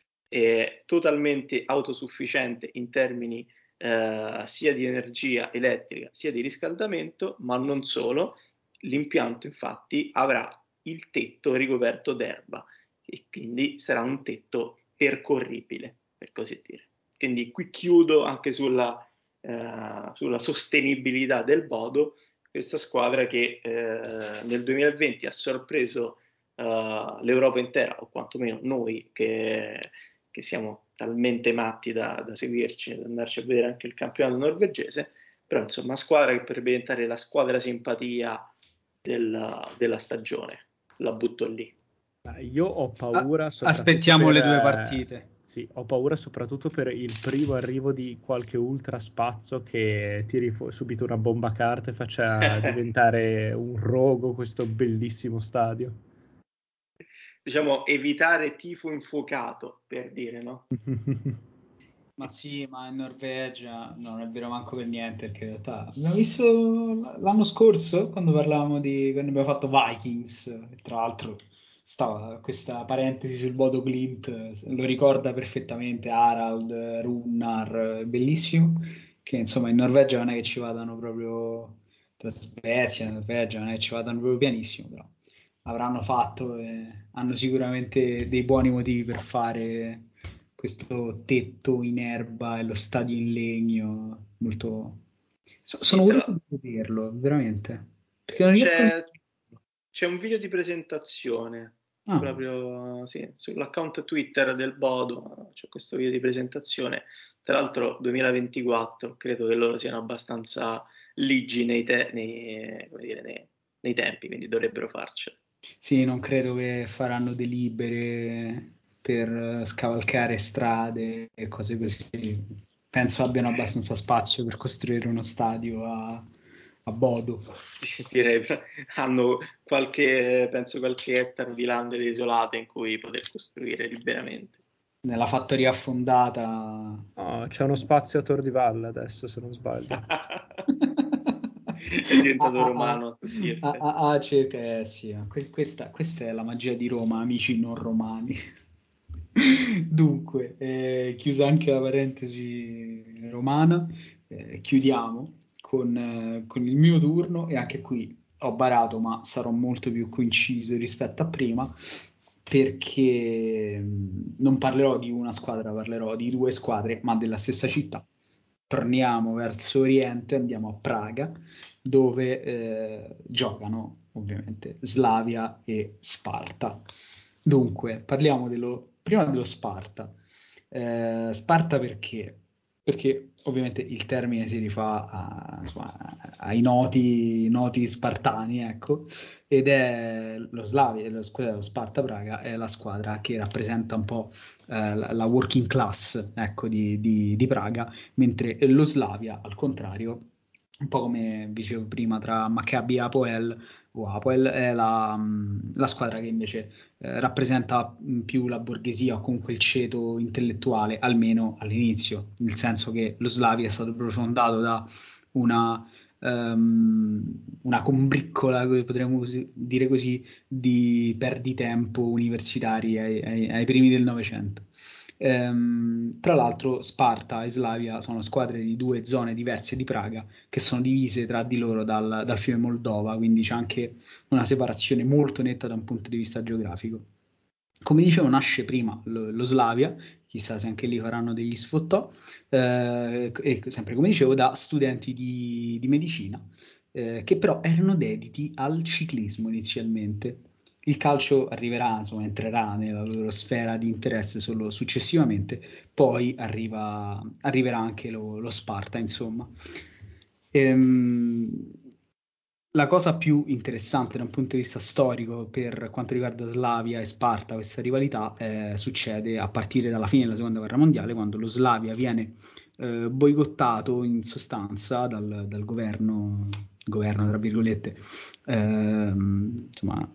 totalmente autosufficiente in termini sia di energia elettrica sia di riscaldamento, ma non solo. L'impianto infatti avrà il tetto ricoperto d'erba e quindi sarà un tetto percorribile, per così dire. Quindi qui chiudo anche sulla sostenibilità del Bodo, questa squadra che nel 2020 ha sorpreso l'Europa intera, o quantomeno noi che siamo talmente matti da seguirci, da andarci a vedere anche il campionato norvegese. Però insomma una squadra che potrebbe diventare la squadra simpatia della stagione. La butto lì.
Io ho paura
aspettiamo le due partite.
Sì, ho paura soprattutto per il primo arrivo di qualche ultra spazzo che tiri subito una bomba a carte e faccia diventare un rogo questo bellissimo stadio.
Diciamo, evitare tifo infuocato, per dire, no?
Ma sì, ma in Norvegia non è vero manco per niente, perché in realtà abbiamo visto l'anno scorso quando parlavamo quando abbiamo fatto Vikings, e tra l'altro stava questa parentesi sul Bodo Glimt, lo ricorda perfettamente Harald, Runnar, bellissimo, che insomma in Norvegia non è che ci vadano proprio, tra Svezia e Norvegia non è che ci vadano proprio pianissimo, però avranno fatto e hanno sicuramente dei buoni motivi per fare questo tetto in erba e lo stadio in legno, molto... sono curioso di vederlo, veramente, perché non riesco
c'è un video di presentazione,
Ah.
proprio sì, sull'account Twitter del Bodo, c'è questo video di presentazione, tra l'altro 2024, credo che loro siano abbastanza ligi nei tempi, quindi dovrebbero farcela.
Sì, non credo che faranno delibere per scavalcare strade e cose così. Penso abbiano abbastanza spazio per costruire uno stadio a Bodo.
Direi, hanno penso qualche ettaro di lande desolate in cui poter costruire liberamente.
Nella fattoria affondata...
Oh, c'è uno spazio a Tor di Valle adesso, se non sbaglio.
È diventato romano a tutti gli effetti.
Cerca, sì, questa è la magia di Roma, amici non romani. Dunque, chiusa anche la parentesi romana, chiudiamo con il mio turno e anche qui ho barato, ma sarò molto più coinciso rispetto a prima, perché non parlerò di una squadra, parlerò di due squadre, ma della stessa città. Torniamo verso Oriente, andiamo a Praga, dove giocano ovviamente Slavia e Sparta. Dunque, parliamo prima dello Sparta. Sparta perché? Perché ovviamente il termine si rifà ai noti spartani, ecco, ed è lo Slavia, lo Sparta Praga è la squadra che rappresenta un po' la working class, ecco, di Praga, mentre lo Slavia, al contrario, un po' come dicevo prima tra Maccabi e Apoel, è la squadra che invece rappresenta più la borghesia o comunque il ceto intellettuale, almeno all'inizio, nel senso che lo Slavia è stato proprio fondato da una combriccola, potremmo dire così, di perditempo universitari ai primi del Novecento. Tra l'altro Sparta e Slavia sono squadre di due zone diverse di Praga che sono divise tra di loro dal fiume Moldova, quindi c'è anche una separazione molto netta da un punto di vista geografico. Come dicevo, nasce prima lo Slavia, chissà se anche lì faranno degli sfottò, e sempre come dicevo, da studenti di medicina, che però erano dediti al ciclismo inizialmente. Il calcio arriverà, insomma, entrerà nella loro sfera di interesse solo successivamente, poi arriverà anche lo Sparta, insomma. La cosa più interessante da un punto di vista storico per quanto riguarda Slavia e Sparta, questa rivalità succede a partire dalla fine della Seconda Guerra Mondiale, quando lo Slavia viene boicottato in sostanza dal governo tra virgolette, insomma,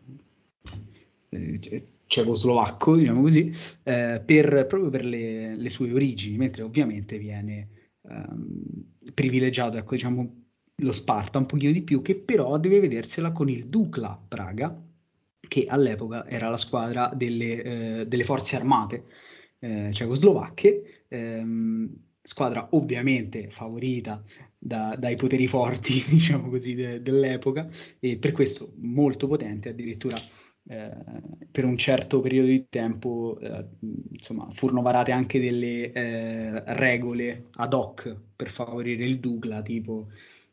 cecoslovacco, diciamo così, proprio per le sue origini, mentre ovviamente viene privilegiato, ecco, diciamo, lo Sparta un pochino di più, che però deve vedersela con il Dukla Praga, che all'epoca era la squadra delle forze armate cecoslovacche, squadra ovviamente favorita dai poteri forti, diciamo così, dell'epoca, e per questo molto potente, addirittura per un certo periodo di tempo insomma, furono varate anche delle regole ad hoc per favorire il Dukla, tipo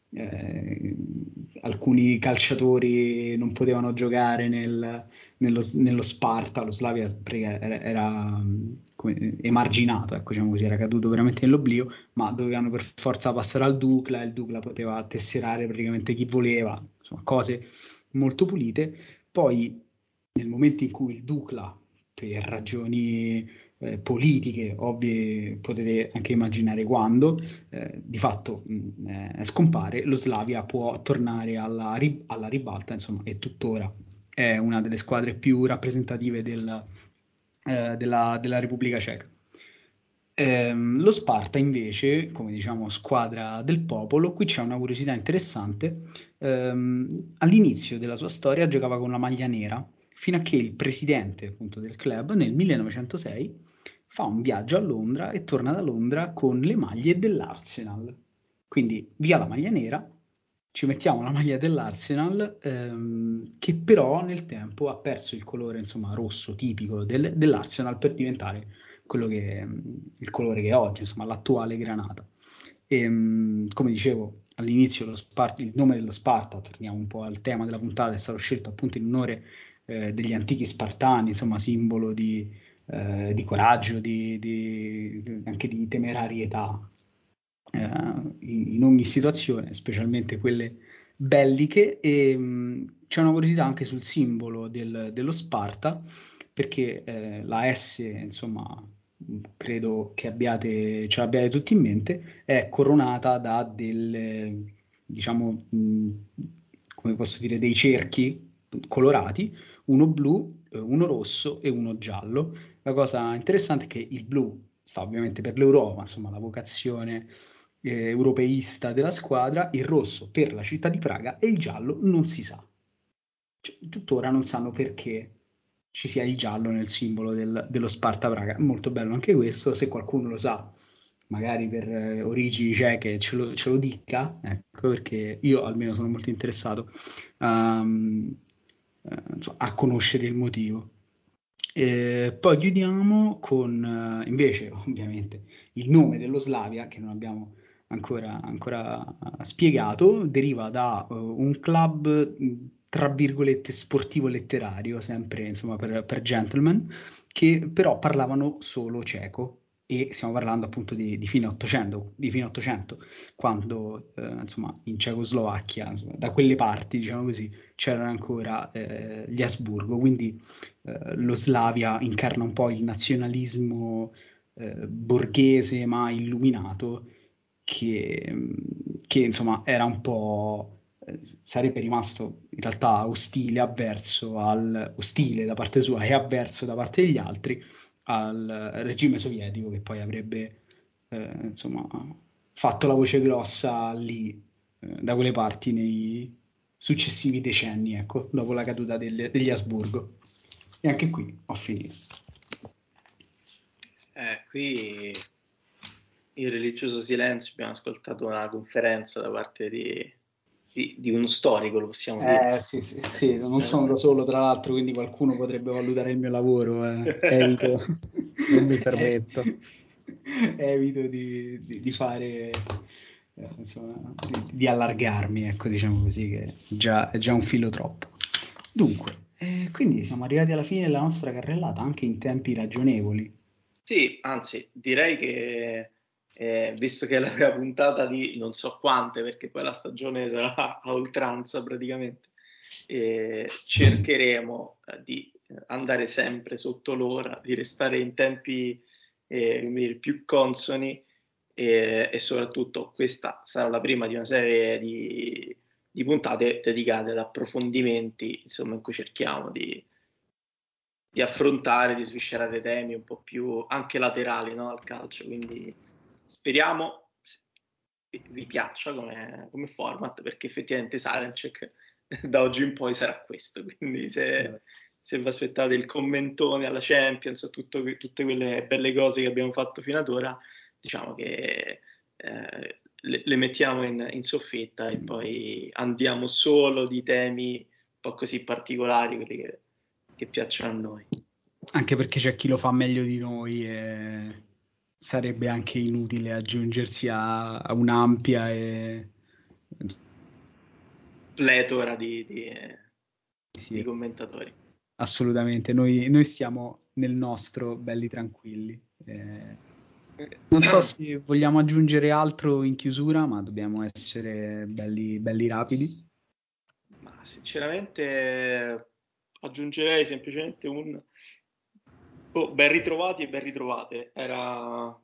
alcuni calciatori non potevano giocare nello Sparta, lo Slavia era emarginato, ecco, diciamo così, era caduto veramente nell'oblio, ma dovevano per forza passare al Dukla, e il Dukla poteva tesserare praticamente chi voleva, insomma, cose molto pulite. Poi nel momento in cui il Dukla, per ragioni politiche ovvie, potete anche immaginare quando, di fatto scompare, lo Slavia può tornare alla ribalta, insomma, e tuttora è una delle squadre più rappresentative della Repubblica Ceca. Lo Sparta invece, come diciamo squadra del popolo, qui c'è una curiosità interessante. All'inizio della sua storia giocava con la maglia nera, fino a che il presidente appunto del club nel 1906 fa un viaggio a Londra e torna da Londra con le maglie dell'Arsenal. Quindi via la maglia nera, ci mettiamo la maglia dell'Arsenal, che però nel tempo ha perso il colore, insomma, rosso tipico dell'Arsenal per diventare il colore che è oggi, insomma, l'attuale granata. Come dicevo all'inizio, il nome dello Sparta, torniamo un po' al tema della puntata, è stato scelto appunto in onore degli antichi Spartani, insomma, simbolo di coraggio, anche di temerarietà in ogni situazione, specialmente quelle belliche. E c'è una curiosità anche sul simbolo dello Sparta, perché la S, insomma, credo che ce l'abbiate tutti in mente, è coronata da diciamo, come posso dire, dei cerchi colorati, uno blu, uno rosso e uno giallo. La cosa interessante è che il blu sta ovviamente per l'Europa, insomma, la vocazione europeista della squadra, il rosso per la città di Praga e il giallo non si sa. Tuttora non sanno perché ci sia il giallo nel simbolo dello Sparta Praga. Molto bello anche questo, se qualcuno lo sa, magari per origini ceche ce lo dica, ecco, perché io almeno sono molto interessato a conoscere il motivo. Poi chiudiamo con invece ovviamente il nome dello Slavia, che non abbiamo ancora spiegato, deriva da un club tra virgolette sportivo letterario, sempre insomma per gentleman, che però parlavano solo ceco, e stiamo parlando appunto di fine 800, quando insomma in Cecoslovacchia, insomma, da quelle parti, diciamo così, c'erano ancora gli Asburgo, quindi lo Slavia incarna un po' il nazionalismo borghese ma illuminato, che insomma era un po', sarebbe rimasto in realtà ostile da parte sua e avverso da parte degli altri al regime sovietico, che poi avrebbe insomma fatto la voce grossa lì da quelle parti nei successivi decenni, ecco, dopo la caduta degli Asburgo. E anche qui ho finito.
Qui in religioso silenzio abbiamo ascoltato una conferenza da parte di uno storico, lo possiamo dire.
Sì, non sono da solo, tra l'altro, quindi qualcuno potrebbe valutare il mio lavoro. Evito.
Non mi permetto.
Evito di fare, insomma, di allargarmi, ecco, diciamo così, che è già un filo troppo. Dunque, quindi siamo arrivati alla fine della nostra carrellata, anche in tempi ragionevoli.
Sì, anzi, direi che visto che è la prima puntata di non so quante, perché poi la stagione sarà a oltranza praticamente, cercheremo di andare sempre sotto l'ora, di restare in tempi più consoni, e soprattutto questa sarà la prima di una serie di puntate dedicate ad approfondimenti, insomma, in cui cerchiamo di affrontare, di sviscerare temi un po' più anche laterali, no, al calcio. Quindi speriamo vi piaccia come format, perché effettivamente Silencheck da oggi in poi sarà questo. Quindi se vi aspettate il commentone alla Champions o tutte quelle belle cose che abbiamo fatto fino ad ora, diciamo che le mettiamo in soffitta e poi andiamo solo di temi un po' così particolari, quelli che piacciono a noi.
Anche perché c'è chi lo fa meglio di noi e sarebbe anche inutile aggiungersi a un'ampia e
pletora di commentatori.
Assolutamente, noi stiamo nel nostro belli tranquilli. Non so se vogliamo aggiungere altro in chiusura, ma dobbiamo essere belli rapidi.
Ma sinceramente aggiungerei semplicemente Ben ritrovati e ben ritrovate. Era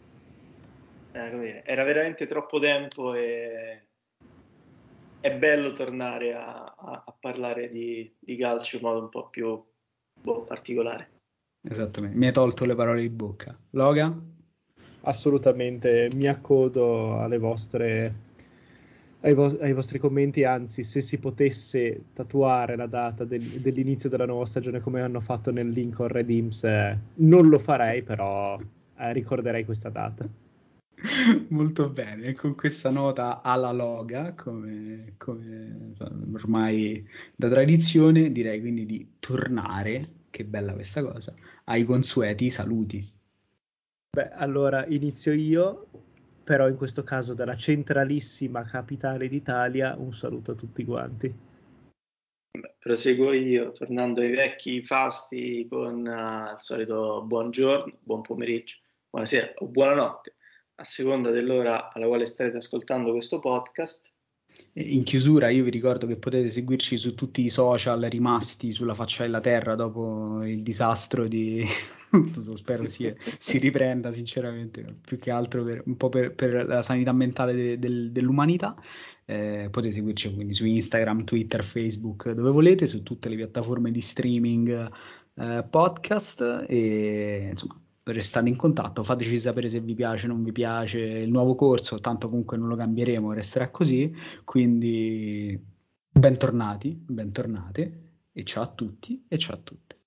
veramente troppo tempo e è bello tornare a parlare di calcio in modo un po' più particolare.
Esattamente, mi hai tolto le parole di bocca. Loga?
Assolutamente, mi accodo ai vostri commenti, anzi, se si potesse tatuare la data dell'inizio della nuova stagione come hanno fatto nel Lincoln Redeems, non lo farei, però ricorderei questa data.
Molto bene, con questa nota alla Loga, come ormai da tradizione, direi quindi di tornare, che bella questa cosa, ai consueti saluti.
Beh, allora inizio io, però in questo caso dalla centralissima capitale d'Italia, un saluto a tutti quanti.
Proseguo io, tornando ai vecchi fasti con il solito buongiorno, buon pomeriggio, buonasera o buonanotte, a seconda dell'ora alla quale starete ascoltando questo podcast.
In chiusura io vi ricordo che potete seguirci su tutti i social rimasti sulla faccia della terra dopo il disastro di... spero si riprenda sinceramente, più che altro un po' per la sanità mentale dell'umanità. Potete seguirci quindi su Instagram, Twitter, Facebook, dove volete, su tutte le piattaforme di streaming podcast e insomma restate in contatto, fateci sapere se vi piace o non vi piace il nuovo corso, tanto comunque non lo cambieremo, resterà così, quindi bentornati, bentornate e ciao a tutti e ciao a tutte.